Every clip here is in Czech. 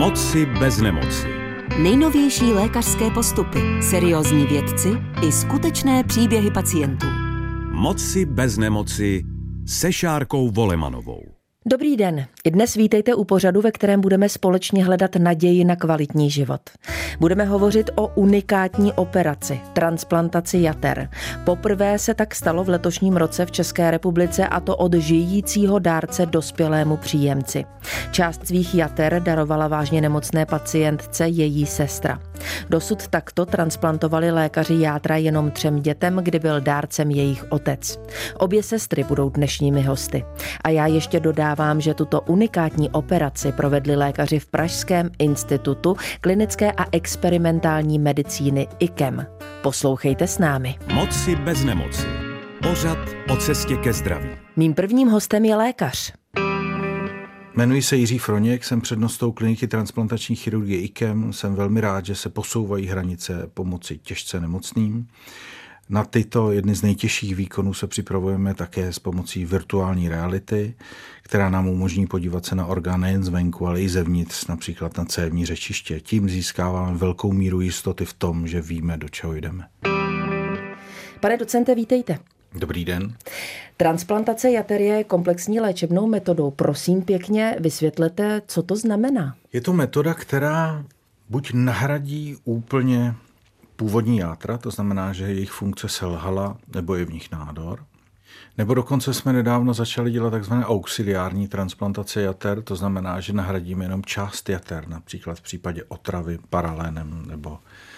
Moci bez nemoci. Nejnovější lékařské postupy, seriózní vědci i skutečné příběhy pacientů. Moci bez nemoci se Šárkou Volemanovou. Dobrý den. I dnes vítejte u pořadu, ve kterém budeme společně hledat naději na kvalitní život. Budeme hovořit o unikátní operaci, transplantaci jater. Poprvé se tak stalo v letošním roce v České republice, a to od žijícího dárce dospělému příjemci. Část svých jater darovala vážně nemocné pacientce její sestra. Dosud takto transplantovali lékaři játra jenom 3 dětem, kdy byl dárcem jejich otec. Obě sestry budou dnešními hosty. A já ještě dodávám, že tuto unikátní operaci provedli lékaři v Pražském institutu klinické a experimentální medicíny IKEM. Poslouchejte s námi. Moci bez nemoci. Pořad o cestě ke zdraví. Mým prvním hostem je lékař. Jmenuji se Jiří Froněk, jsem přednostou kliniky transplantační chirurgie IKEM. Jsem velmi rád, že se posouvají hranice pomoci těžce nemocným. Na tyto jedny z nejtěžších výkonů se připravujeme také s pomocí virtuální reality, která nám umožní podívat se na orgán nejen zvenku, ale i zevnitř, například na cévní řečiště. Tím získáváme velkou míru jistoty v tom, že víme, do čeho jdeme. Pane docente, vítejte. Dobrý den. Transplantace jater je komplexní léčebnou metodou. Prosím pěkně, vysvětlete, co to znamená. Je to metoda, která buď nahradí úplně původní játra, to znamená, že jejich funkce selhala, nebo je v nich nádor. Nebo dokonce jsme nedávno začali dělat takzvané auxiliární transplantace jater, to znamená, že nahradíme jenom část jater, například v případě otravy paralénem nebo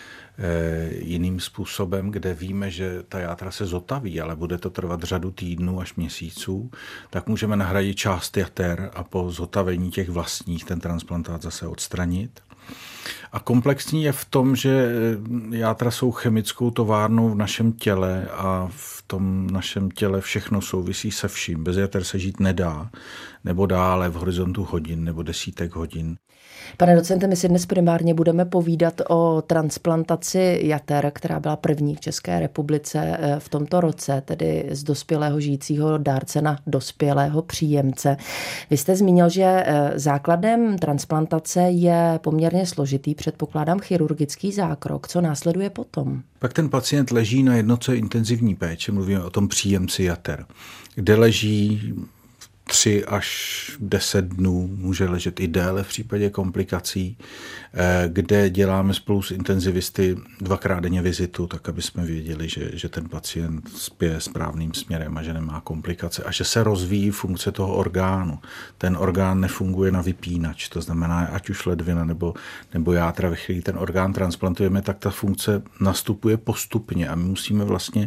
jiným způsobem, kde víme, že ta játra se zotaví, ale bude to trvat řadu týdnů až měsíců, tak můžeme nahradit část jater a po zotavení těch vlastních ten transplantát zase odstranit. A komplexní je v tom, že játra jsou chemickou továrnou v našem těle a v tom našem těle všechno souvisí se vším. Bez jater se žít nedá, nebo dále v horizontu hodin nebo desítek hodin. Pane docente, my si dnes primárně budeme povídat o transplantaci jater, která byla první v České republice v tomto roce, tedy z dospělého žijícího dárce na dospělého příjemce. Vy jste zmínil, že základem transplantace je poměrně složitý, předpokládám, chirurgický zákrok. Co následuje potom? Pak ten pacient leží na jednotce intenzivní péče, mluvíme o tom příjemci jater, kde leží 3 až 10 dnů, může ležet i déle v případě komplikací, kde děláme spolu s intenzivisty 2krát denně vizitu, tak aby jsme věděli, že ten pacient spěje správným směrem a že nemá komplikace a že se rozvíjí funkce toho orgánu. Ten orgán nefunguje na vypínač, to znamená, ať už ledvina nebo játra, ve chvíli ten orgán transplantujeme, tak ta funkce nastupuje postupně a my musíme vlastně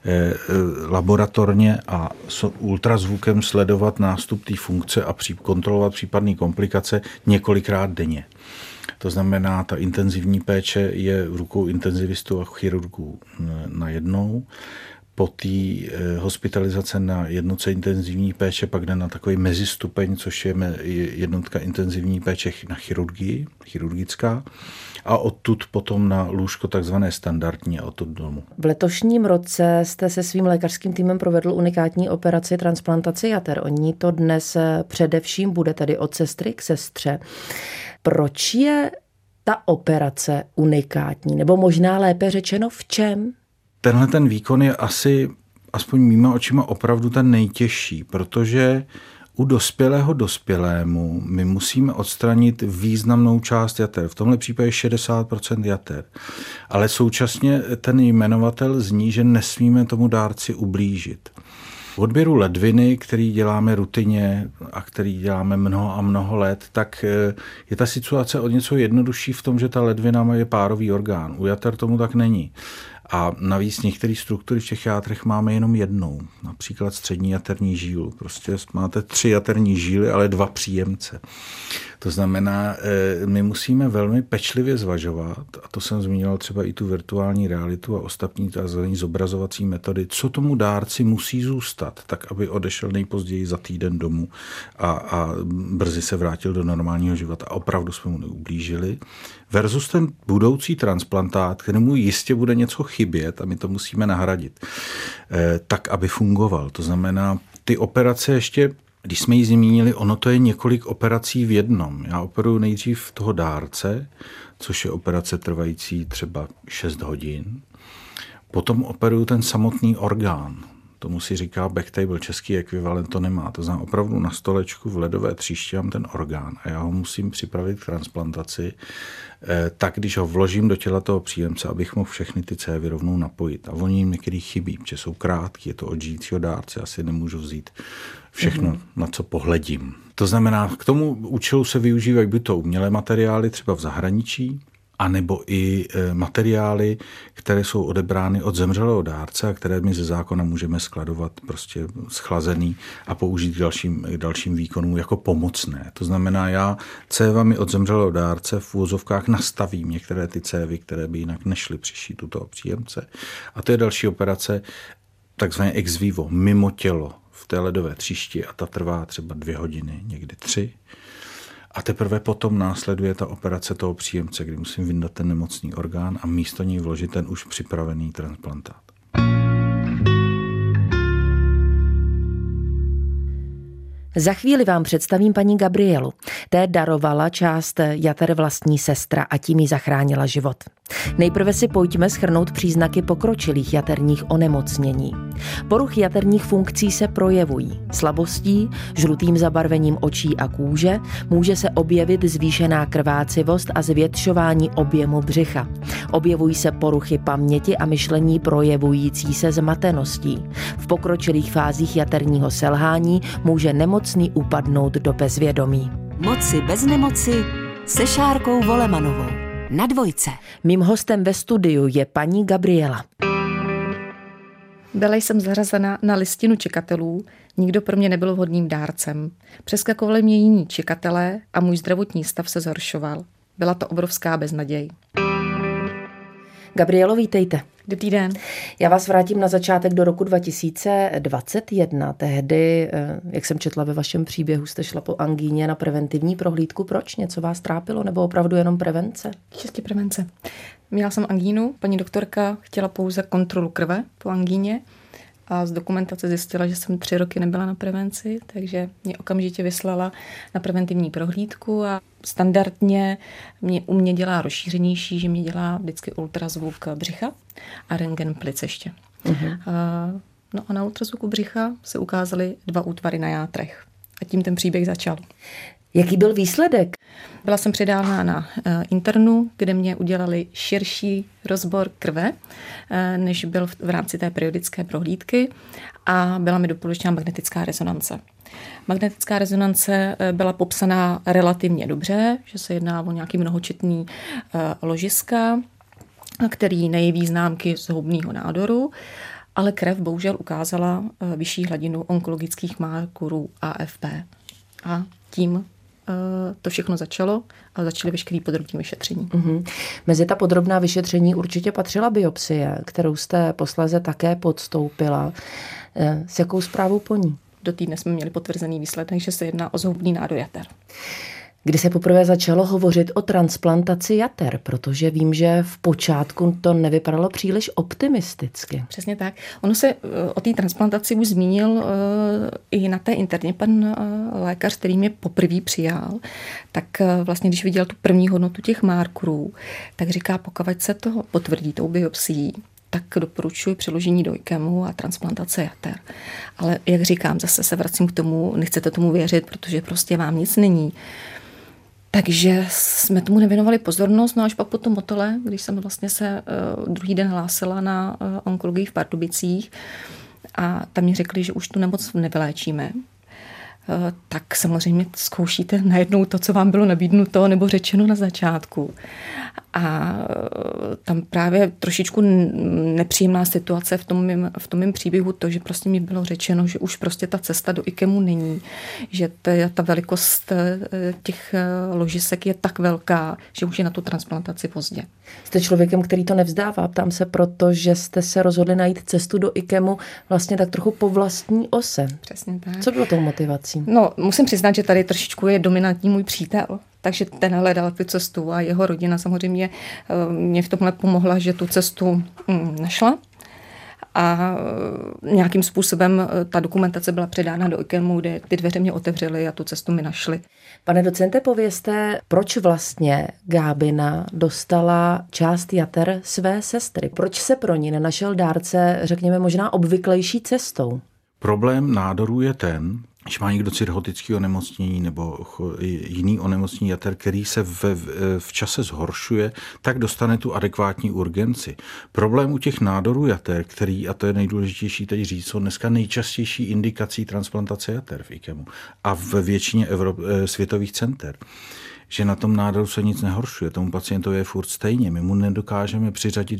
laboratorně a ultrazvukem sledovat nástup té funkce a kontrolovat případné komplikace několikrát denně. To znamená, ta intenzivní péče je v rukou intenzivistů a chirurgů najednou. Po té hospitalizace na jednotce intenzivní péče pak jde na takový mezistupeň, což je jednotka intenzivní péče na chirurgii, chirurgická, a odtud potom na lůžko takzvané standardní a odtud domů. V letošním roce jste se svým lékařským týmem provedl unikátní operaci transplantaci jater. O ní to dnes především bude, tedy od sestry k sestře. Proč je ta operace unikátní? Nebo možná lépe řečeno v čem? Tenhle ten výkon je asi, aspoň mýma očima, opravdu ten nejtěžší, protože u dospělému my musíme odstranit významnou část jater. V tomhle případě 60% jater. Ale současně ten jmenovatel zní, že nesmíme tomu dárci ublížit. V odběru ledviny, který děláme rutině a který děláme mnoho a mnoho let, tak je ta situace o něco jednodušší v tom, že ta ledvina je párový orgán. U jater tomu tak není. A navíc některé struktury v těch játrech máme jenom jednou. Například střední jaterní žílu. Prostě máte 3 jaterní žíly, ale 2 příjemce. To znamená, my musíme velmi pečlivě zvažovat, a to jsem zmínil třeba i tu virtuální realitu a ostatní zobrazovací metody, co tomu dárci musí zůstat, tak aby odešel nejpozději za týden domů a brzy se vrátil do normálního života a opravdu jsme mu neublížili. Versus ten budoucí transplantát, kterému jistě bude něco chybět a my to musíme nahradit, tak aby fungoval. To znamená, ty operace ještě Když jsme ji zmínili, ono to je několik operací v jednom. Já operuji nejdřív toho dárce, což je operace trvající třeba 6 hodin. Potom operuju ten samotný orgán. Tomu si říká backtable, český ekvivalent to nemá. To znamená opravdu na stolečku v ledové tříšti mám ten orgán a já ho musím připravit k transplantaci, tak když ho vložím do těla toho příjemce, abych mohl všechny ty cévy rovnou napojit. A oni jim některý chybí, protože jsou krátký, je to od žijícího dárce, asi nemůžu vzít všechno, na co pohledím. To znamená, k tomu účelu se využívají buď to umělé materiály, třeba v zahraničí, anebo i materiály, které jsou odebrány od zemřelého dárce a které my ze zákona můžeme skladovat prostě schlazený a použít k dalším výkonům jako pomocné. To znamená, já cévami od zemřelého dárce v úvozovkách nastavím některé ty cévy, které by jinak nešly přišít u toho příjemce. A to je další operace, takzvané ex vivo, mimo tělo v té ledové tříšti a ta trvá třeba 2 hodiny, někdy 3. A teprve potom následuje ta operace toho příjemce, kdy musím vyndat ten nemocný orgán a místo něj vložit ten už připravený transplantát. Za chvíli vám představím paní Gabrielu. Té darovala část jater vlastní sestra a tím jí zachránila život. Nejprve si pojďme shrnout příznaky pokročilých jaterních onemocnění. Poruchy jaterních funkcí se projevují slabostí, žlutým zabarvením očí a kůže, může se objevit zvýšená krvácivost a zvětšování objemu břicha. Objevují se poruchy paměti a myšlení projevující se zmateností. V pokročilých fázích jaterního selhání může nemocný upadnout do bezvědomí. Moci bez nemoci se Šárkou Volemanovou. Na Dvojce. Mým hostem ve studiu je paní Gabriela. Byla jsem zařazena na listinu čekatelů, nikdo pro mě nebyl vhodným dárcem. Přeskakovali mě jiní čekatelé a můj zdravotní stav se zhoršoval. Byla to obrovská beznaděj. Gabrielo, vítejte. Dobrý den. Já vás vrátím na začátek do roku 2021. Tehdy, jak jsem četla ve vašem příběhu, jste šla po angíně na preventivní prohlídku. Proč? Něco vás trápilo nebo opravdu jenom prevence? Čistě prevence. Měla jsem angínu, paní doktorka chtěla pouze kontrolu krve po angíně a z dokumentace zjistila, že jsem 3 roky nebyla na prevenci, takže mě okamžitě vyslala na preventivní prohlídku a standardně u mě dělá rozšířenější, že mě dělá vždycky ultrazvuk břicha a rentgen plic ještě. No a na ultrazvuku břicha se ukázaly 2 útvary na játrech a tím ten příběh začal. Jaký byl výsledek? Byla jsem předána na internu, kde mě udělali širší rozbor krve, než byl v rámci té periodické prohlídky a byla mi doporučena magnetická rezonance. Magnetická rezonance byla popsaná relativně dobře, že se jedná o nějaký mnohočetný ložiska, který nejeví známky zhoubného nádoru, ale krev bohužel ukázala vyšší hladinu onkologických markerů AFP. A tím to všechno začalo a začaly veškeré podrobné vyšetření. Mezi ta podrobná vyšetření určitě patřila biopsie, kterou jste posléze také podstoupila. S jakou zprávou po ní? Do týdne jsme měli potvrzený výsledek, že se jedná o zhoubný nádor jater. Kdy se poprvé začalo hovořit o transplantaci jater, protože vím, že v počátku to nevypadalo příliš optimisticky. Přesně tak. Ono se o té transplantaci už zmínil i na té interně pan lékař, který mě poprvé přijal, tak vlastně, když viděl tu první hodnotu těch markerů, tak říká, pokud se to potvrdí tou biopsií, tak doporučuji přeložení do IKEMu a transplantace jater. Ale jak říkám, zase se vracím k tomu, nechcete tomu věřit, protože prostě vám nic není. Takže jsme tomu nevěnovali pozornost, no až pak po tom motole, když jsem vlastně se druhý den hlásila na onkologii v Pardubicích a tam mi řekli, že už tu nemoc nevyléčíme, tak samozřejmě zkoušíte najednou to, co vám bylo nabídnuto nebo řečeno na začátku. A tam právě trošičku nepříjemná situace v tom mém příběhu, to, že prostě mi bylo řečeno, že už prostě ta cesta do IKEMu není, že ta velikost těch ložisek je tak velká, že už je na tu transplantaci pozdě. Jste člověkem, který to nevzdává, ptám se, protože jste se rozhodli najít cestu do IKEMu vlastně tak trochu po vlastní ose. Přesně tak. Co bylo tou motivací? No, musím přiznat, že tady trošičku je dominantní můj přítel. Takže ten hledal tu cestu a jeho rodina samozřejmě mě v tomhle pomohla, že tu cestu našla. a nějakým způsobem ta dokumentace byla předána do IKEMu, kde ty dveře mě otevřely a tu cestu mi našli. Pane docente, povězte, proč vlastně Gábina dostala část jater své sestry? Proč se pro ní nenašel dárce, řekněme, možná obvyklejší cestou? Problém nádorů je ten, že má někdo cirhotický onemocnění nebo jiný onemocnění jater, který se v čase zhoršuje, tak dostane tu adekvátní urgenci. Problém u těch nádorů jater, který, a to je nejdůležitější teď říct, jsou dneska nejčastější indikací transplantace jater v IKEMu a v většině světových center, že na tom nádoru se nic nehoršuje, tomu pacientovi je furt stejně. My mu nedokážeme přiřadit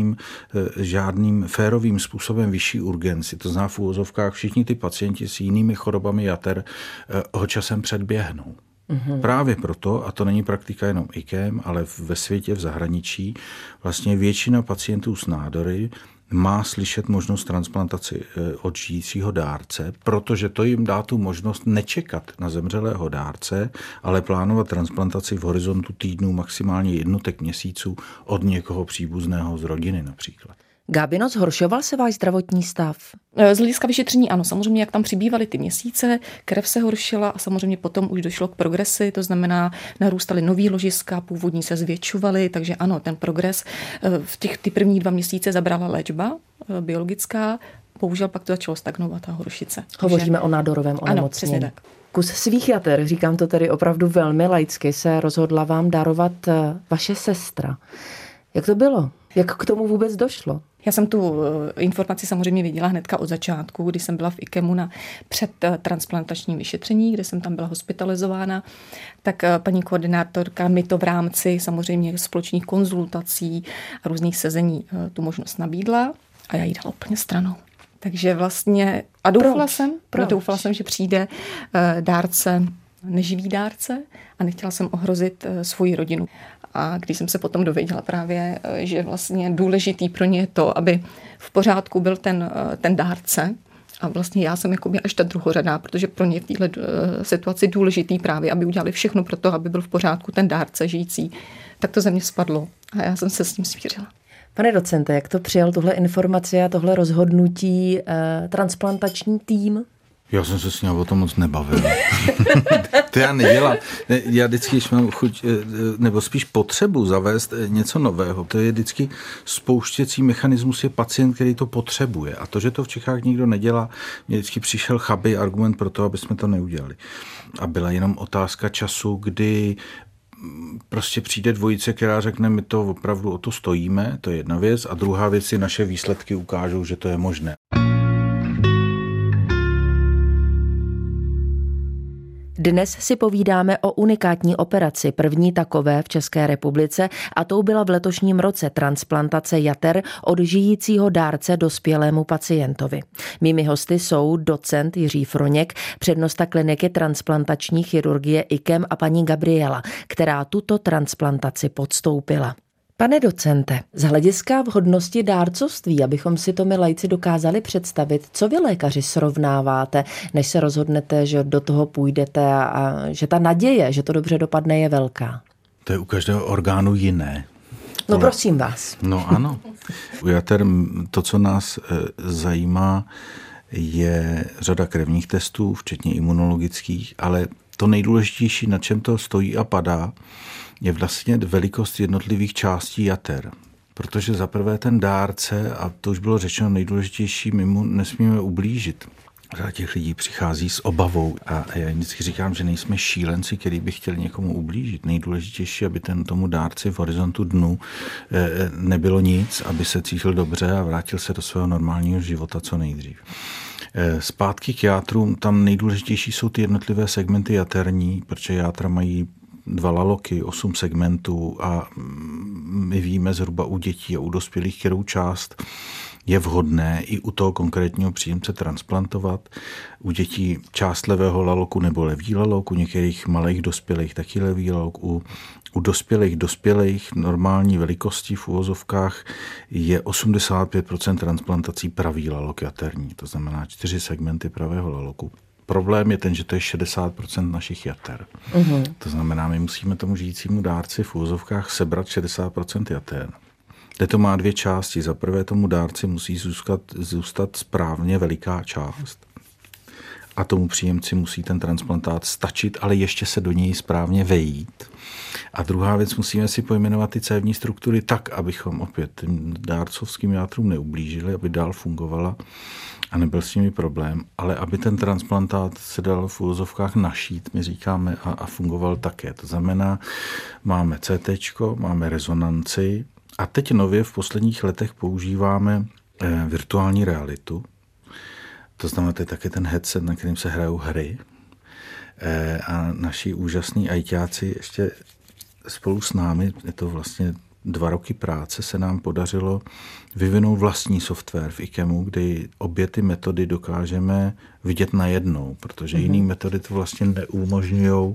žádným férovým způsobem vyšší urgenci. To znamená v úvozovkách všichni ty pacienti s jinými chorobami jater ho časem předběhnou. Právě proto, a to není praktika jenom IKEM, ale ve světě, v zahraničí, vlastně většina pacientů s nádory má slyšet možnost transplantaci od žijícího dárce, protože to jim dá tu možnost nečekat na zemřelého dárce, ale plánovat transplantaci v horizontu týdnů, maximálně jednotek měsíců od někoho příbuzného z rodiny například. Gábino, zhoršoval se váš zdravotní stav? Z hlediska vyšetření ano, samozřejmě jak tam přibývaly ty měsíce, krev se horšila a samozřejmě potom už došlo k progresi, to znamená narůstaly nový ložiska, původní se zvětšovaly, takže ano, ten progres v ty první 2 měsíce zabrala léčba biologická, bohužel pak to začalo stagnovat a horšit se. Hovoříme o nádorovém onemocnění. Ano, přesně tak. Kus svých jater, říkám to tedy opravdu velmi laicky, se rozhodla vám darovat vaše sestra. Jak to bylo? Jak k tomu vůbec došlo? Já jsem tu informaci samozřejmě viděla hnedka od začátku, kdy jsem byla v IKEMu na předtransplantačním vyšetření, kde jsem tam byla hospitalizována, tak paní koordinátorka mi to v rámci samozřejmě společných konzultací a různých sezení tu možnost nabídla a já ji dala úplně stranou. Takže vlastně a doufala jsem, že přijde dárce, neživý dárce a nechtěla jsem ohrozit svoji rodinu. A když jsem se potom dověděla právě, že vlastně důležitý pro ně je to, aby v pořádku byl ten dárce, a vlastně já jsem jakoby až ta druhořadá, protože pro ně v této situaci důležitý právě, aby udělali všechno pro to, aby byl v pořádku ten dárce žijící, tak to ze mě spadlo a já jsem se s tím smířila. Pane docente, jak to přijal tuhle informaci a tohle rozhodnutí transplantační tým? Já jsem se s ním o tom moc nebavil. To já nedělám. Já vždycky, když mám chuť, nebo spíš potřebu zavést něco nového, to je vždycky spouštěcí mechanismus, je pacient, který to potřebuje. A to, že to v Čechách nikdo nedělá, mě vždycky přišel chabý argument pro to, aby jsme to neudělali. A byla jenom otázka času, kdy prostě přijde dvojice, která řekne, my to opravdu o to stojíme, to je jedna věc, a druhá věc je, naše výsledky ukážou, že to je možné. Dnes si povídáme o unikátní operaci, první takové v České republice, a tou byla v letošním roce transplantace jater od žijícího dárce dospělému pacientovi. Mými hosty jsou docent Jiří Froněk, přednosta kliniky transplantační chirurgie IKEM, a paní Gabriela, která tuto transplantaci podstoupila. Pane docente, z hlediska vhodnosti dárcovství, abychom si to my laici dokázali představit, co vy lékaři srovnáváte, než se rozhodnete, že do toho půjdete a že ta naděje, že to dobře dopadne, je velká? To je u každého orgánu jiné. No prosím vás. No ano. U jater to, co nás zajímá, je řada krevních testů, včetně imunologických, ale to nejdůležitější, na čem to stojí a padá, je vlastně velikost jednotlivých částí jater. Protože zaprvé ten dárce, a to už bylo řečeno nejdůležitější, my mu nesmíme ublížit. Řada těch lidí přichází s obavou a já vždycky říkám, že nejsme šílenci, který by chtěli někomu ublížit. Nejdůležitější, aby tomu dárci v horizontu dnu nebylo nic, aby se cítil dobře a vrátil se do svého normálního života co nejdřív. Zpátky k játrům, tam nejdůležitější jsou ty jednotlivé segmenty jaterní, protože játra mají 2 laloky, 8 segmentů a my víme zhruba u dětí a u dospělých, kterou část je vhodné i u toho konkrétního příjemce transplantovat. U dětí část levého laloku nebo levý lalok, u některých malých dospělých taky levý lalok, u dospělých normální velikosti v uvozovkách je 85% transplantací pravý lalok jaterní, to znamená 4 segmenty pravého laloku. Problém je ten, že to je 60% našich jater. To znamená, my musíme tomu žijícímu dárci v úvozovkách sebrat 60% jater. To má dvě části. Za prvé tomu dárci musí zůstat správně veliká část a tomu příjemci musí ten transplantát stačit, ale ještě se do něj správně vejít. A druhá věc, musíme si pojmenovat ty cévní struktury tak, abychom opět tím dárcovským játrům neublížili, aby dál fungovala a nebyl s nimi problém, ale aby ten transplantát se dal v uvozovkách našít, my říkáme, a fungoval také. To znamená, máme CTčko, máme rezonanci a teď nově v posledních letech používáme virtuální realitu. To znamená, to je taky ten headset, na kterým se hrajou hry. A naši úžasní ajťáci ještě spolu s námi, je to vlastně 2 roky práce, se nám podařilo vyvinout vlastní software v IKEMu, kdy obě ty metody dokážeme vidět najednou, protože jiné metody to vlastně neumožňují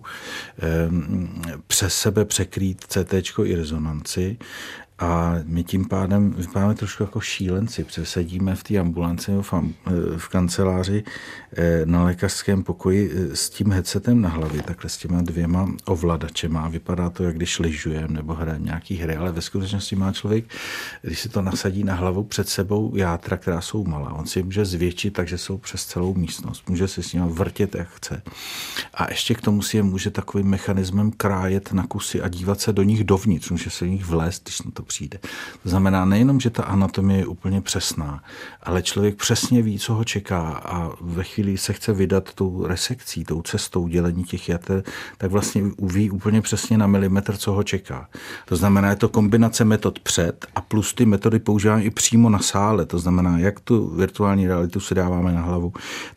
přes sebe překrýt CTčko i rezonanci. A my tím pádem vypadáme trošku jako šílenci, protože sedíme v té ambulanci v kanceláři na lékařském pokoji s tím headsetem na hlavě, takhle s těma 2 ovladačema. Vypadá to, jak když lyžujeme nebo hrajeme nějaký hry, ale ve skutečnosti má člověk, když si to nasadí na hlavu před sebou játra, která jsou malá. On si je může zvětšit, takže jsou přes celou místnost. Může se s nimi vrtět, jak chce. A ještě k tomu si je může takovým mechanismem krájet na kusy a dívat se do nich dovnitř, může se do nich vlézt, když na to přijde. To znamená nejenom, že ta anatomie je úplně přesná, ale člověk přesně ví, co ho čeká a ve chvíli se chce vydat tou resekcí, tou cestou dělení těch jater, tak vlastně ví úplně přesně na milimetr, co ho čeká. To znamená, je to kombinace metod před a plus ty metody používáme i přímo na sále. To znamená, jak tu virtuální realitu si dáváme na hlavu,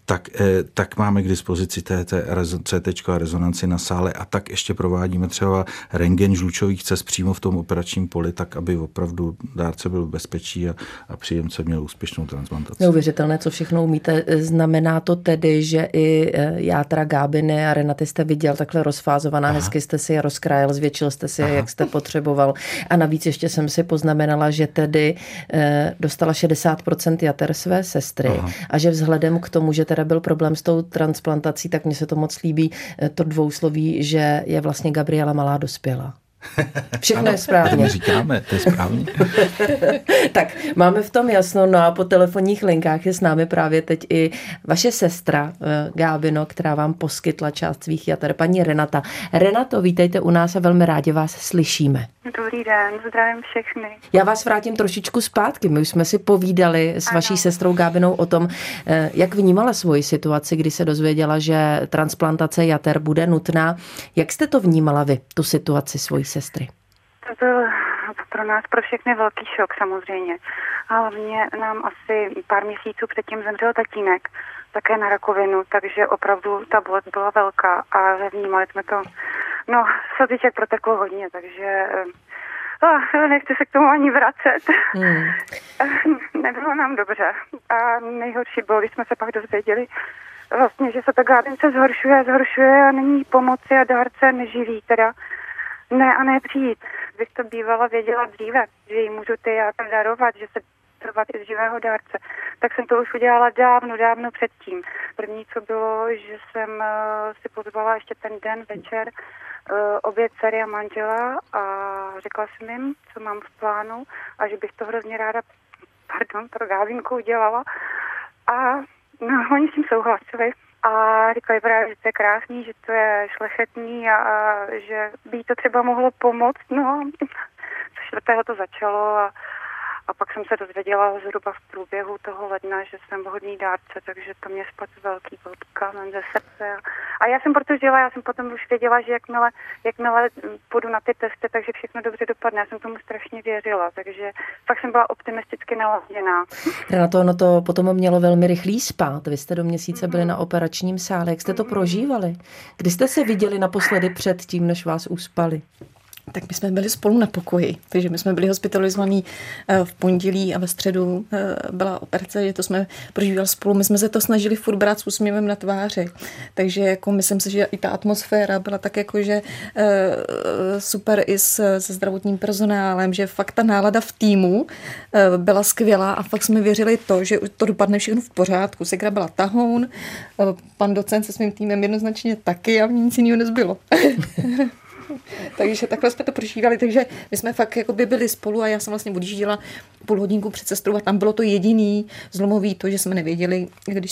tak máme k dispozici CT a rezonanci na sále a tak ještě provádíme třeba rentgen žlučových cest přímo v tom operačním poli, tak aby opravdu dárce byl v bezpečí a příjemce měl úspěšnou transplantaci. Neuvěřitelné, co všechno umíte. Znamená to tedy, že i játra Gábiny a Renaty jste viděl takhle rozfázovaná, hezky jste si je rozkrájel, zvětšil jste si je, jak jste potřeboval. A navíc ještě jsem si poznamenala, že tedy dostala 60% jater své sestry a že vzhledem k tomu, že teda byl problém s tou transplantací, tak mně se to moc líbí, to dvousloví, že je vlastně Gabriela malá dospělá. Všechno je správně. To říkáme, to je správně. Tak, máme v tom jasno, no a po telefonních linkách je s námi právě teď i vaše sestra Gábino, která vám poskytla část svých jater, paní Renata. Renato, vítejte u nás a velmi rádi vás slyšíme. Dobrý den, zdravím všechny. Já vás vrátím trošičku zpátky. My už jsme si povídali s vaší sestrou Gábinou o tom, jak vnímala svoji situaci, kdy se dozvěděla, že transplantace jater bude nutná. Jak jste to vnímala vy, tu situaci svojí sestry? To byl pro nás, pro všechny velký šok samozřejmě. Hlavně nám asi pár měsíců předtím zemřel tatínek, také na rakovinu, takže opravdu ta bolest byla velká a vnímali jsme to, no, slziček proteklo hodně, takže nechci se k tomu ani vracet. Nebylo nám dobře. A nejhorší bylo, když jsme se pak dozvěděli, vlastně, že se ta Gábince zhoršuje a není pomoci a dárce neživí teda. Ne a ne přijít. Bych to bývala věděla dříve, že jí můžu ty játra darovat, že se trvat i z živého dárce. Tak jsem to už udělala dávno předtím. První, co bylo, že jsem si pozvala ještě ten den večer obě dcery a manžela a řekla jsem jim, co mám v plánu a že bych to hrozně ráda, pro Gábinku udělala. A no, oni s tím souhlasili. A říkali právě, že to je krásný, že to je šlechetný a že by to třeba mohlo pomoct. No, 4. to začalo a pak jsem se dozvěděla zhruba v průběhu toho ledna, že jsem vhodný dárce, takže to mě spadl velký kámen ze srdce. A já jsem proto žila, já jsem potom už věděla, že jakmile půjdu na ty testy, takže všechno dobře dopadne. Já jsem tomu strašně věřila, takže fakt jsem byla optimisticky naladěná. Renato, ono to potom mělo velmi rychlý spát. Vy jste do měsíce byli na operačním sále. Jak jste to prožívali? Kdy jste se viděli naposledy před tím, než vás uspali? Tak my jsme byli spolu na pokoji, takže my jsme byli hospitalizovaní v pondělí a ve středu byla operace, že to jsme prožívali spolu. My jsme se to snažili furt brát s úsměvem na tváři, takže jako myslím si, že i ta atmosféra byla tak jakože super i se zdravotním personálem, že fakt ta nálada v týmu byla skvělá a fakt jsme věřili to, že to dopadne všechno v pořádku. Segra byla tahoun, pan docent se svým týmem jednoznačně taky a nic jiného nezbylo. Takže takhle jsme to prožívali, takže my jsme fakt jako by byli spolu a já jsem vlastně odjížděla půl hodinku před sestrou a tam bylo to jediný zlomový to, že jsme nevěděli,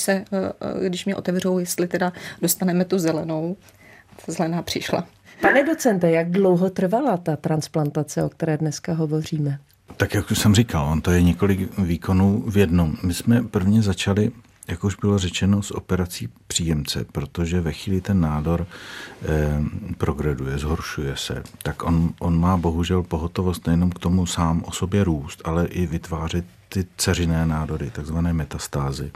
když mě otevřou, jestli teda dostaneme tu zelenou. Ta zelená přišla. Pane docente, jak dlouho trvala ta transplantace, o které dneska hovoříme? Tak jak už jsem říkal, on to je několik výkonů v jednom. My jsme prvně začali, jak už bylo řečeno, s operací příjemce, protože ve chvíli ten nádor progreduje, zhoršuje se, tak on má bohužel pohotovost nejenom k tomu sám o sobě růst, ale i vytvářet ty dceřinné nádory, takzvané metastázy.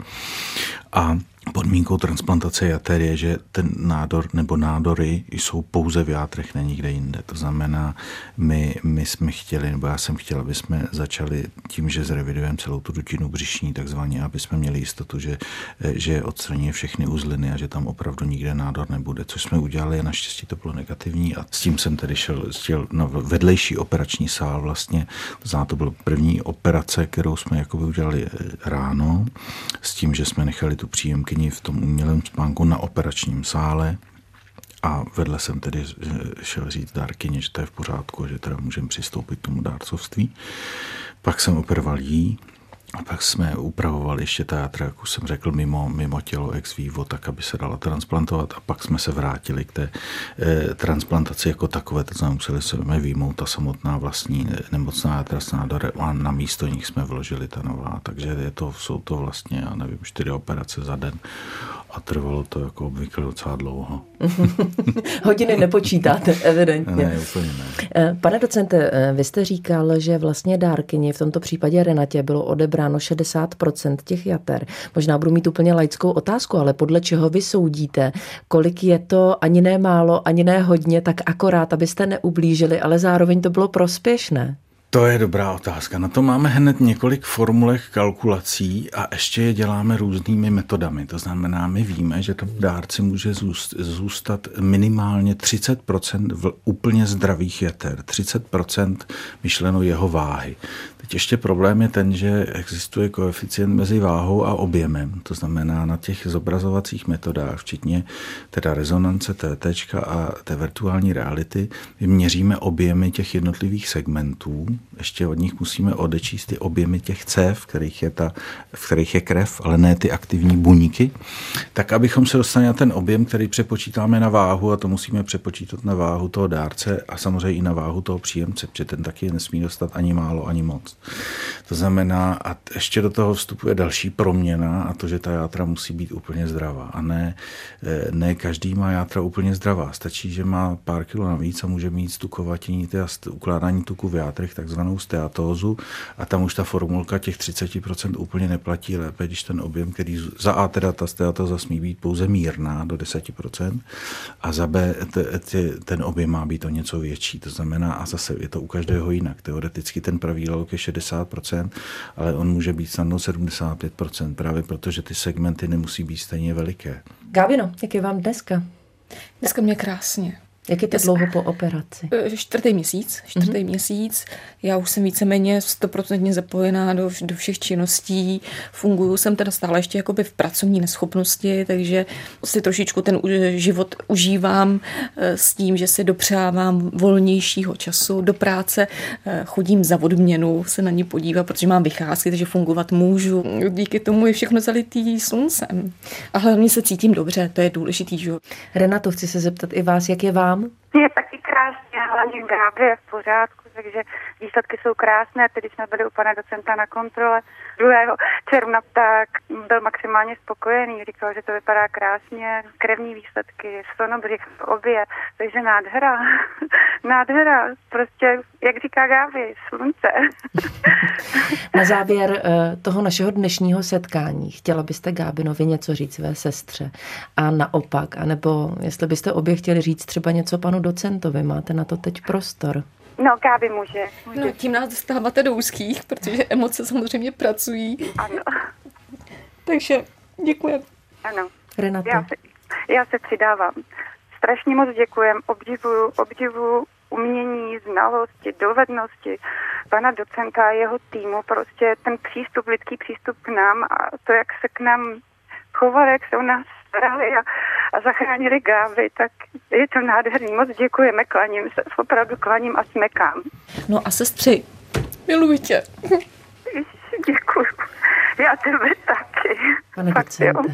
A podmínkou transplantace jater je, že ten nádor nebo nádory jsou pouze v játrech, ne nikde jinde. To znamená, my jsme chtěli, nebo já jsem chtěl, aby jsme začali tím, že zrevidujeme celou tu dutinu břišní, takzvaně, aby jsme měli jistotu, že odstraní všechny uzliny a že tam opravdu nikde nádor nebude. Což jsme udělali a naštěstí to bylo negativní a s tím jsem tedy šel na vedlejší operační sál vlastně. To byl první operace, kterou jsme jakoby udělali ráno, s tím, že jsme nechali tu příjemkyni v tom umělém spánku na operačním sále a vedle jsem tedy šel říct dárkyni, že to je v pořádku, že teda můžeme přistoupit k tomu dárcovství. Pak jsem operoval jí a pak jsme upravovali ještě ta játra, jak už jsem řekl, mimo tělo ex vivo, tak, aby se dala transplantovat a pak jsme se vrátili k té transplantaci jako takové, to znamená, museli jsme vyjmout ta samotná vlastní nemocná játra s nádorem a na místo nich jsme vložili ta nová, takže jsou to vlastně, já nevím, 4 operace za den a trvalo to jako obvykle docela dlouho. Hodiny nepočítáte, evidentně. Ne, úplně ne. Pane docente, vy jste říkal, že vlastně dárkyni, v tomto případě Renatě, bylo odebráno 60% těch jater. Možná budu mít úplně laickou otázku, ale podle čeho vy soudíte, kolik je to ani ne málo, ani ne hodně, tak akorát, abyste neublížili, ale zároveň to bylo prospěšné? To je dobrá otázka. Na to máme hned několik formulek kalkulací a ještě je děláme různými metodami. To znamená, my víme, že tomu dárci může zůstat minimálně 30% úplně zdravých jater, 30% myšleno jeho váhy. Teď ještě problém je ten, že existuje koeficient mezi váhou a objemem. To znamená, na těch zobrazovacích metodách, včetně teda rezonance TT a té virtuální reality, my měříme objemy těch jednotlivých segmentů. Ještě od nich musíme odečíst ty objemy těch cév, v kterých je krev, ale ne ty aktivní buňky. Tak, abychom se dostali na ten objem, který přepočítáme na váhu, a to musíme přepočítat na váhu toho dárce a samozřejmě i na váhu toho příjemce, protože ten taky nesmí dostat ani málo, ani moc. To znamená, a ještě do toho vstupuje další proměna a to, že ta játra musí být úplně zdravá. A ne každý má játra úplně zdravá. Stačí, že má pár kilo navíc a může mít stukovatinity a ukládání tuku v játrech, takzvanou steatózu, a tam už ta formulka těch 30% úplně neplatí lépe, když ten objem, který za A teda ta steatóza smí být pouze mírná do 10% a za B ten objem má být o něco větší. To znamená, a zase je to u každého jinak. Teoreticky ten pravý lalok je 60%, ale on může být snadno 75%, právě protože ty segmenty nemusí být stejně veliké. Gábino, jak je vám dneska? Dneska mě krásně. Jak je to dlouho po operaci? 4. měsíc. Já už jsem víceméně 100% zapojená do všech činností. Funguju jsem teda stále ještě jakoby v pracovní neschopnosti, takže si trošičku ten život užívám s tím, že si dopřávám volnějšího času do práce. Chodím za odměnu se na ní podívat, protože mám vycházky, takže fungovat můžu. Díky tomu je všechno zalitý sluncem. A hlavně se cítím dobře, to je důležitý, že? Renato, chci se zeptat i vás, jak je vám? Je taky krásně, hlavně Gábě je v pořádku, takže výsledky jsou krásné. Teď jsme byli u pana docenta na kontrole 2. června, tak byl maximálně spokojený. Říkal, že to vypadá krásně, krevní výsledky, sonobřich, obě, takže nádhera. Nádhera, prostě, jak říká Gábě, slunce. Na závěr toho našeho dnešního setkání chtěla byste Gábinovi něco říct své sestře a naopak, anebo jestli byste obě chtěli říct třeba něco panu docentovi, máte na to teď prostor. No, Gáby může. No, tím nás dostáváte do úzkých, protože emoce samozřejmě pracují. Ano. Takže děkujem. Ano. Renato. Já se přidávám. Strašně moc děkujem, obdivuju umění, znalosti, dovednosti pana docenta a jeho týmu, prostě ten přístup, lidský přístup k nám a to, jak se k nám chovali, jak se o nás starali a zachránili Gáby, tak je to nádherný. Moc děkujeme, klaním se, opravdu klaním a smekám. No a sestři, miluji tě. Děkuji. Já tebe taky. Pane docente.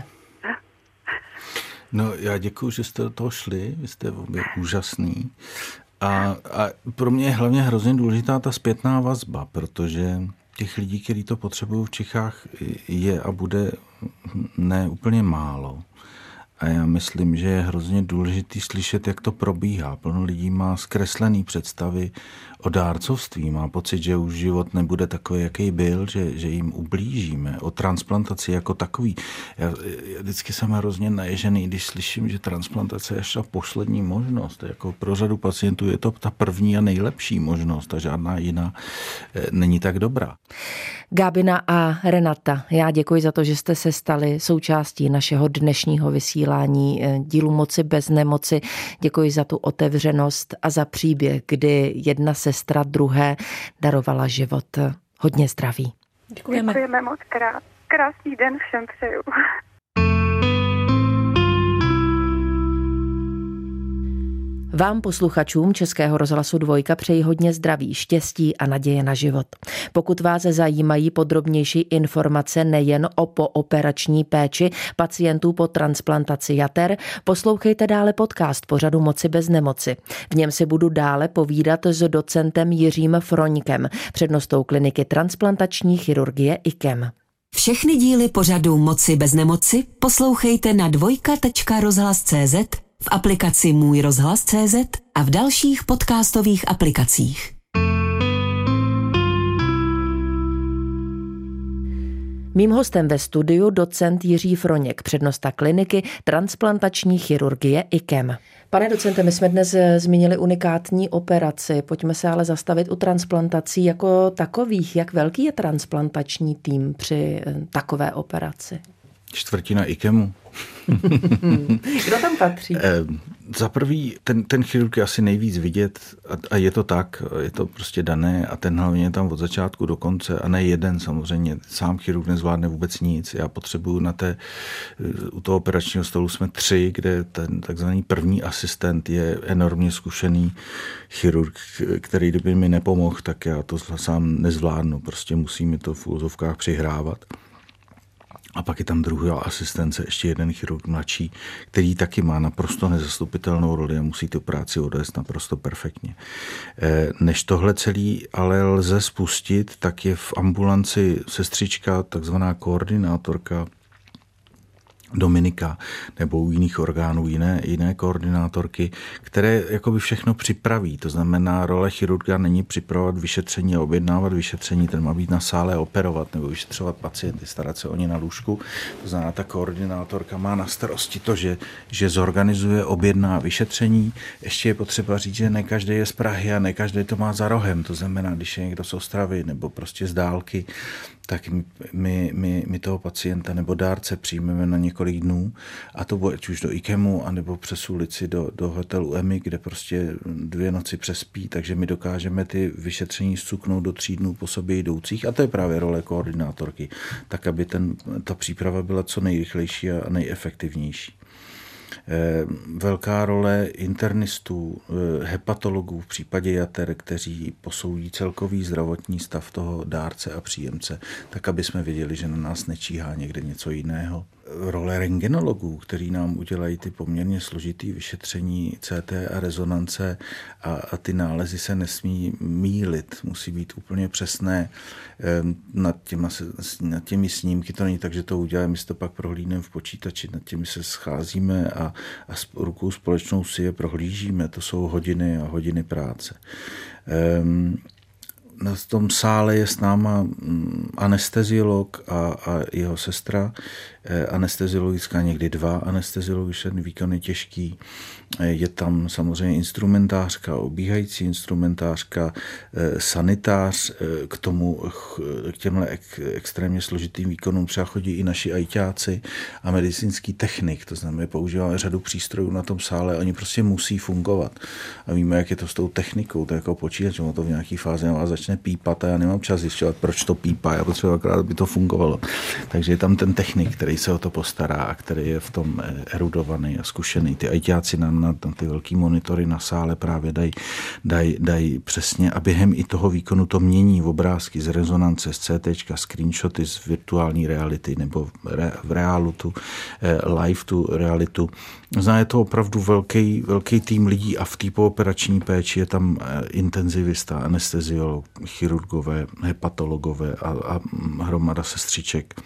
No, já děkuji, že jste do toho šli, vy jste obě úžasný. A pro mě je hlavně hrozně důležitá ta zpětná vazba, protože těch lidí, kteří to potřebují v Čechách, je a bude ne úplně málo. A já myslím, že je hrozně důležitý slyšet, jak to probíhá. Plno lidí má zkreslený představy o dárcovství. Má pocit, že už život nebude takový, jaký byl, že jim ublížíme. O transplantaci jako takový. Já vždycky jsem hrozně naježený, když slyším, že transplantace je až ta poslední možnost. Jako pro řadu pacientů je to ta první a nejlepší možnost a žádná jiná není tak dobrá. Gábina a Renata, já děkuji za to, že jste se stali součástí našeho dnešního vysílání dílu Moci bez nemoci. Děkuji za tu otevřenost a za příběh, kdy jedna sestra druhé darovala život. Hodně zdraví. Děkujeme moc krát. Krásný den všem přeju. Vám, posluchačům Českého rozhlasu Dvojka, přeji hodně zdraví, štěstí a naděje na život. Pokud vás zajímají podrobnější informace nejen o pooperační péči pacientů po transplantaci jater, poslouchejte dále podcast pořadu Moci bez nemoci. V něm si budu dále povídat s docentem Jiřím Froňkem, přednostou kliniky transplantační chirurgie IKEM. Všechny díly pořadu Moci bez nemoci poslouchejte na dvojka.rozhlas.cz, v aplikaci Můj rozhlas.cz a v dalších podcastových aplikacích. Mým hostem ve studiu docent Jiří Froněk, přednosta kliniky transplantační chirurgie IKEM. Pane docente, my jsme dnes zmínili unikátní operaci, pojďme se ale zastavit u transplantací jako takových. Jak velký je transplantační tým při takové operaci? 1/4 IKEMu. Kdo tam patří? Za prvý, ten chirurg je asi nejvíc vidět a je to tak, je to prostě dané a ten hlavně je tam od začátku do konce a ne jeden samozřejmě. Sám chirurg nezvládne vůbec nic. Já potřebuju u toho operačního stolu jsme 3, kde ten takzvaný první asistent je enormně zkušený chirurg, který kdyby mi nepomohl, tak já to sám nezvládnu. Prostě musí mi to v úzovkách přihrávat. A pak je tam druhá asistence, ještě jeden chirurg mladší, který taky má naprosto nezastupitelnou roli a musí tu práci odvést naprosto perfektně. Než tohle celý ale lze spustit, tak je v ambulanci sestřička, takzvaná koordinátorka Dominika nebo u jiných orgánů jiné koordinátorky, které jakoby všechno připraví. To znamená, role chirurga není připravovat vyšetření a objednávat vyšetření, ten má být na sále a operovat nebo vyšetřovat pacienty, starat se o ně na lůžku. To znamená, ta koordinátorka má na starosti to, že zorganizuje, objedná vyšetření. Ještě je potřeba říct, že ne každý je z Prahy a ne každý to má za rohem. To znamená, když je někdo z Ostravy nebo prostě z dálky, tak my toho pacienta nebo dárce přijmeme na několik dnů a to bude ať už do IKEMu, anebo přes ulici do hotelu EMI, kde prostě 2 noci přespí, takže my dokážeme ty vyšetření zcuknout do 3 dnů po sobě jdoucích a to je právě role koordinátorky, tak aby ta příprava byla co nejrychlejší a nejefektivnější. Velká role internistů, hepatologů v případě jater, kteří posoudí celkový zdravotní stav toho dárce a příjemce, tak aby jsme věděli, že na nás nečíhá někde něco jiného. Role rentgenologů, kteří nám udělají ty poměrně složitý vyšetření CT a rezonance a ty nálezy se nesmí mýlit, musí být úplně přesné. Nad těmi snímky to není tak, že to uděláme, my si to pak prohlídneme v počítači, nad těmi se scházíme a s rukou společnou si je prohlížíme, to jsou hodiny a hodiny práce. Na tom sále je s náma anesteziolog a jeho sestra, anesteziologická někdy 2 anesteziologové, když ten výkon je těžký. Je tam samozřejmě instrumentářka, obíhající instrumentářka, sanitář, k těmhle extrémně složitým výkonům třeba chodí i naši ajťáci a medicínský technik, to znamená, používáme řadu přístrojů na tom sále, oni prostě musí fungovat. A víme, jak je to s tou technikou, to je jako počítač, to v nějaký fázi na vás začne začne pípat a já nemám čas zjišťovat, proč to pípá, já potřebuji akorát, aby to fungovalo. Takže je tam ten technik, který se o to postará a který je v tom erudovaný a zkušený. Ty ajťáci na ty velký monitory na sále právě dají přesně a během i toho výkonu to mění obrázky z rezonance, z CTčka, screenshoty z virtuální reality nebo v reálu live tu realitu. Je to opravdu velký tým lidí a v té pooperační péči je tam intenzivista, anesteziolog, chirurgové, hepatologové a hromada sestřiček,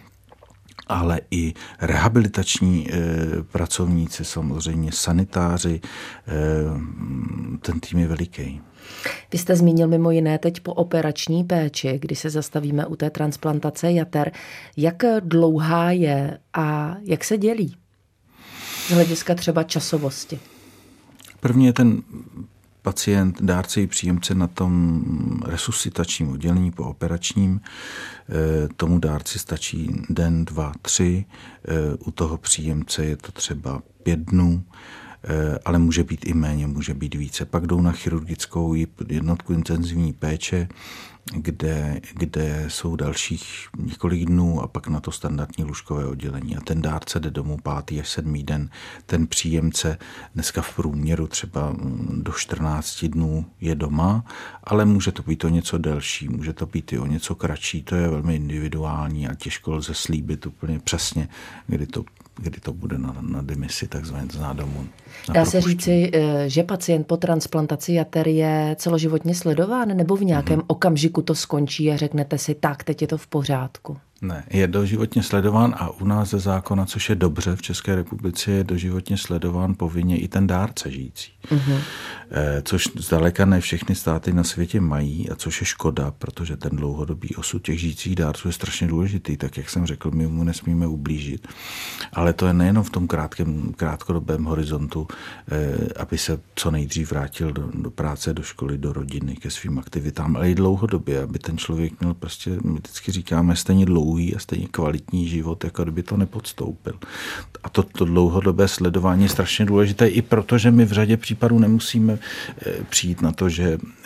ale i rehabilitační pracovníci, samozřejmě sanitáři, ten tým je veliký. Vy jste zmínil mimo jiné teď pooperační péči, když se zastavíme u té transplantace jater. Jak dlouhá je a jak se dělí z hlediska třeba časovosti? První je ten pacient, dárce i příjemce na tom resuscitačním oddělení pooperačním. Tomu dárci stačí den, 2, 3. U toho příjemce je to třeba 5 dnů, ale může být i méně, může být více. Pak jdou na chirurgickou jednotku intenzivní péče, kde jsou dalších několik dnů a pak na to standardní lůžkové oddělení. A ten dárce jde domů 5. až 7. den. Ten příjemce dneska v průměru třeba do 14 dnů je doma, ale může to být o něco delší, může to být i o něco kratší. To je velmi individuální a těžko lze slíbit úplně přesně, kdy to bude na demisi, takzvaně z nádomu. Dá se říci, že pacient po transplantaci jater je celoživotně sledován, nebo v nějakém okamžiku to skončí a řeknete si, tak, teď je to v pořádku? Ne, je doživotně sledován a u nás ze zákona, což je dobře v České republice, je doživotně sledován povinně i ten dárce žijící. Což zdaleka ne všechny státy na světě mají a což je škoda, protože ten dlouhodobý osud těch žijících dárců je strašně důležitý, tak jak jsem řekl, my mu nesmíme ublížit. Ale to je nejenom v tom krátkodobém horizontu, aby se co nejdřív vrátil do práce, do školy, do rodiny, ke svým aktivitám, ale i dlouhodobě, aby ten člověk měl prostě, my vždycky říkáme, stejně dlouhý a stejně kvalitní život, jako kdyby to nepodstoupil. A to dlouhodobé sledování je strašně důležité i proto, že my v řadě případů nemusíme přijít na to,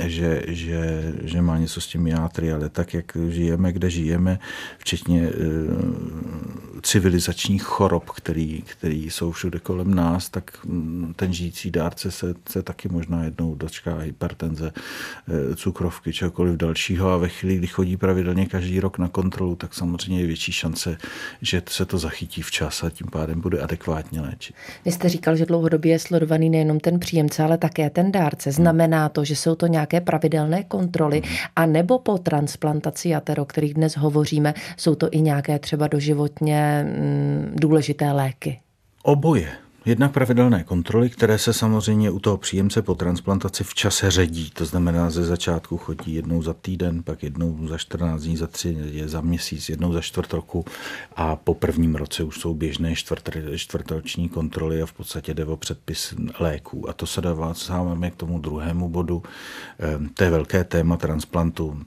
že má něco s těmi játry, ale tak, jak žijeme, kde žijeme, včetně civilizačních chorob, který jsou všude kolem nás, tak ten žijící dárce se taky možná jednou dočká hypertenze, cukrovky, čehokoliv dalšího a ve chvíli, kdy chodí pravidelně každý rok na kontrolu, tak samozřejmě je větší šance, že se to zachytí včas a tím pádem bude adekvátně léčit. Vy jste říkal, že dlouhodobě je sledovaný nejenom ten příjemce, ale také ten dárce. Znamená to, že jsou to nějaké pravidelné kontroly a nebo po transplantaci jater, o kterých dnes hovoříme, jsou to i nějaké třeba doživotně důležité léky? Oboje. Jednak pravidelné kontroly, které se samozřejmě u toho příjemce po transplantaci v čase ředí. To znamená, ze začátku chodí jednou za týden, pak jednou za 14 dní, za 3, za měsíc, jednou za čtvrt roku a po prvním roce už jsou běžné čtvrtoroční kontroly a v podstatě jde o předpis léků. A to se dáváme k tomu druhému bodu. To je velké téma transplantu.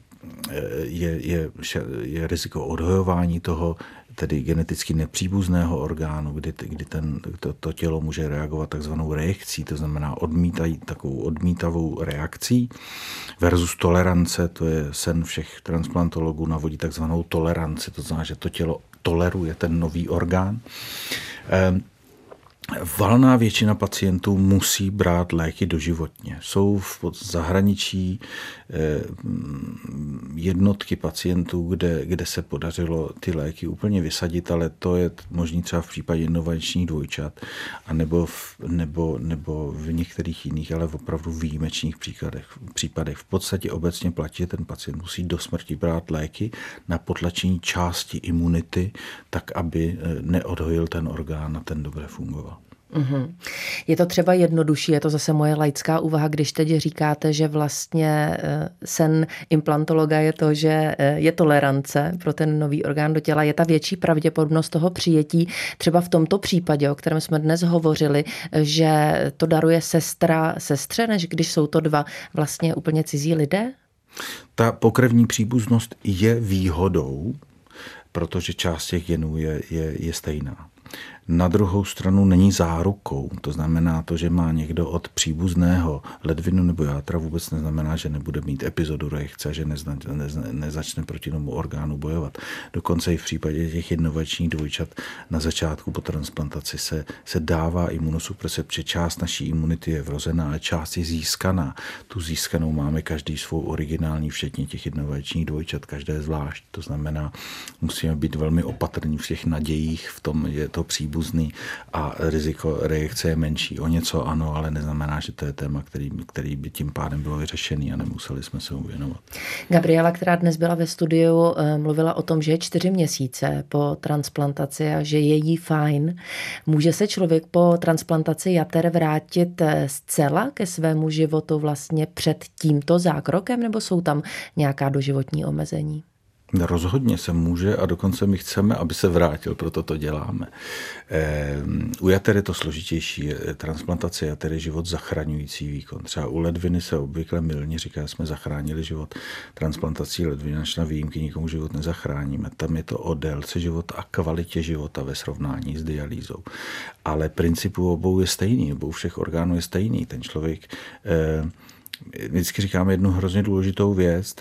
Je riziko odhojování toho, tedy geneticky nepříbuzného orgánu, kdy to tělo může reagovat takzvanou reakcí, to znamená takovou odmítavou reakcí versus tolerance, to je sen všech transplantologů, navodí takzvanou toleranci, to znamená, že to tělo toleruje ten nový orgán. Valná většina pacientů musí brát léky doživotně. Jsou v zahraničí jednotky pacientů, kde se podařilo ty léky úplně vysadit, ale to je možný třeba v případě inovačních dvojčat, nebo v některých jiných, ale v opravdu výjimečných případech. V podstatě obecně platí, že ten pacient musí do smrti brát léky na potlačení části imunity, tak aby neodhojil ten orgán a ten dobře fungoval. Je to třeba jednodušší, je to zase moje laická úvaha, když teď říkáte, že vlastně sen implantologa je to, že je tolerance pro ten nový orgán do těla, je ta větší pravděpodobnost toho přijetí, třeba v tomto případě, o kterém jsme dnes hovořili, že to daruje sestra sestře, než když jsou to dva vlastně úplně cizí lidé? Ta pokrevní příbuznost je výhodou, protože část těch genů je stejná. Na druhou stranu není zárukou. To znamená to, že má někdo od příbuzného ledvinu nebo játra, vůbec neznamená, že nebude mít epizodu reakce, že nezačne proti tomu orgánu bojovat. Dokonce i v případě těch inovačních dvojčat na začátku po transplantaci se dává imunosuprese, protože část naší imunity je vrozená, ale část je získaná. Tu získanou máme každý svou originální, včetně těch inovačních dvojčat, každé zvlášť. To znamená, musíme být velmi opatrní v těch nadějích, v tom je to příbuzný a riziko reakce je menší. O něco ano, ale neznamená, že to je téma, který by tím pádem bylo vyřešený a nemuseli jsme se mu věnovat. Gabriela, která dnes byla ve studiu, mluvila o tom, že je 4 měsíce po transplantaci a že je jí fajn. Může se člověk po transplantaci jater vrátit zcela ke svému životu vlastně před tímto zákrokem, nebo jsou tam nějaká doživotní omezení? Rozhodně se může a dokonce my chceme, aby se vrátil, proto to děláme. U jater je to složitější. Transplantace jater je život zachraňující výkon. Třeba u ledviny se obvykle mylně říká, jsme zachránili život. Transplantací ledviny až na výjimky nikomu život nezachráníme. Tam je to o délce života a kvalitě života ve srovnání s dialýzou. Ale princip u obou je stejný, obou všech orgánů je stejný. Ten člověk vždycky říkám jednu hrozně důležitou věc,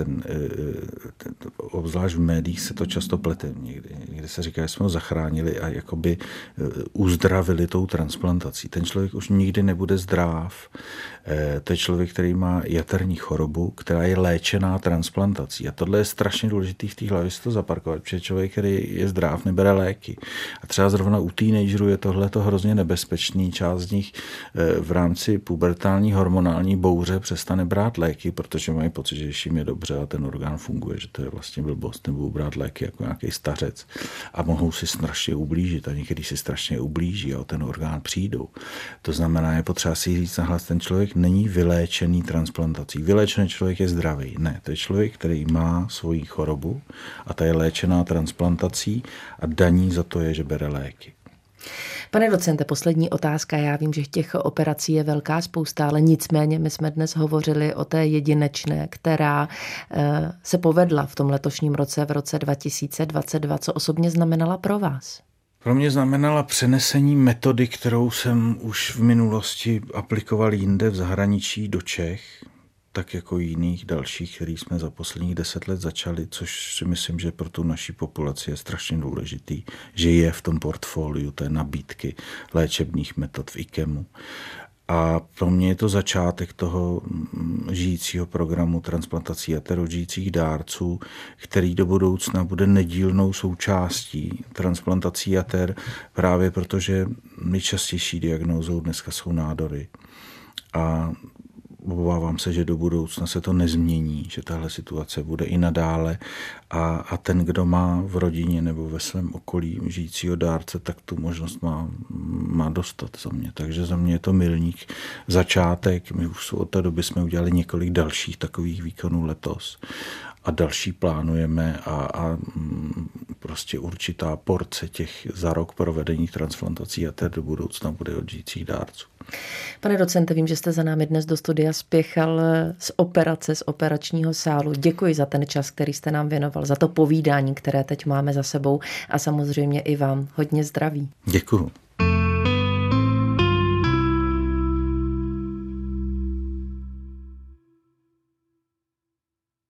obzvlášť v médiích se to často plete. Někdy se říká, že jsme ho zachránili a jakoby uzdravili tou transplantací. Ten člověk už nikdy nebude zdrav. To je člověk, který má jaterní chorobu, která je léčená transplantací. A tohle je strašně důležitý v té hlavě si to zaparkovat, protože člověk, který je zdrav, nebere léky. A třeba zrovna u teenagerů je tohleto hrozně nebezpečný. Část z nich v rámci pubertální hormonální bouře přestane brát léky, protože mají pocit, že jim je dobře a ten orgán funguje, že to je vlastně blbost, nebudou brát léky jako nějaký stařec a mohou si strašně ublížit a někdy si strašně ublíží a o ten orgán přijdou. To znamená, je potřeba si říct nahlas, ten člověk není vyléčený transplantací. Vyléčený člověk je zdravý. Ne, to je člověk, který má svoji chorobu a ta je léčená transplantací a daní za to je, že bere léky. Pane docente, poslední otázka. Já vím, že těch operací je velká spousta, ale nicméně my jsme dnes hovořili o té jedinečné, která se povedla v tom letošním roce, v roce 2022. Co osobně znamenala pro vás? Pro mě znamenala přenesení metody, kterou jsem už v minulosti aplikoval jinde v zahraničí do Čech, tak jako jiných dalších, který jsme za posledních 10 let začali, což si myslím, že pro tu naší populaci je strašně důležitý, že je v tom portfoliu té nabídky léčebných metod v IKEMu. A pro mě je to začátek toho žijícího programu transplantací jater od žijících dárců, který do budoucna bude nedílnou součástí transplantací jater, právě protože nejčastější diagnózou dneska jsou nádory. A obávám se, že do budoucna se to nezmění, že tahle situace bude i nadále a ten, kdo má v rodině nebo ve svém okolí žijícího dárce, tak tu možnost má dostat za mě. Takže za mě je to milník, začátek. My už od té doby jsme udělali několik dalších takových výkonů letos a další plánujeme a prostě určitá porce těch za rok provedených transplantací jater do budoucna bude od žijících dárců. Pane docente, vím, že jste za námi dnes do studia spěchal z operace, z operačního sálu. Děkuji za ten čas, který jste nám věnoval, za to povídání, které teď máme za sebou a samozřejmě i vám hodně zdraví. Děkuji.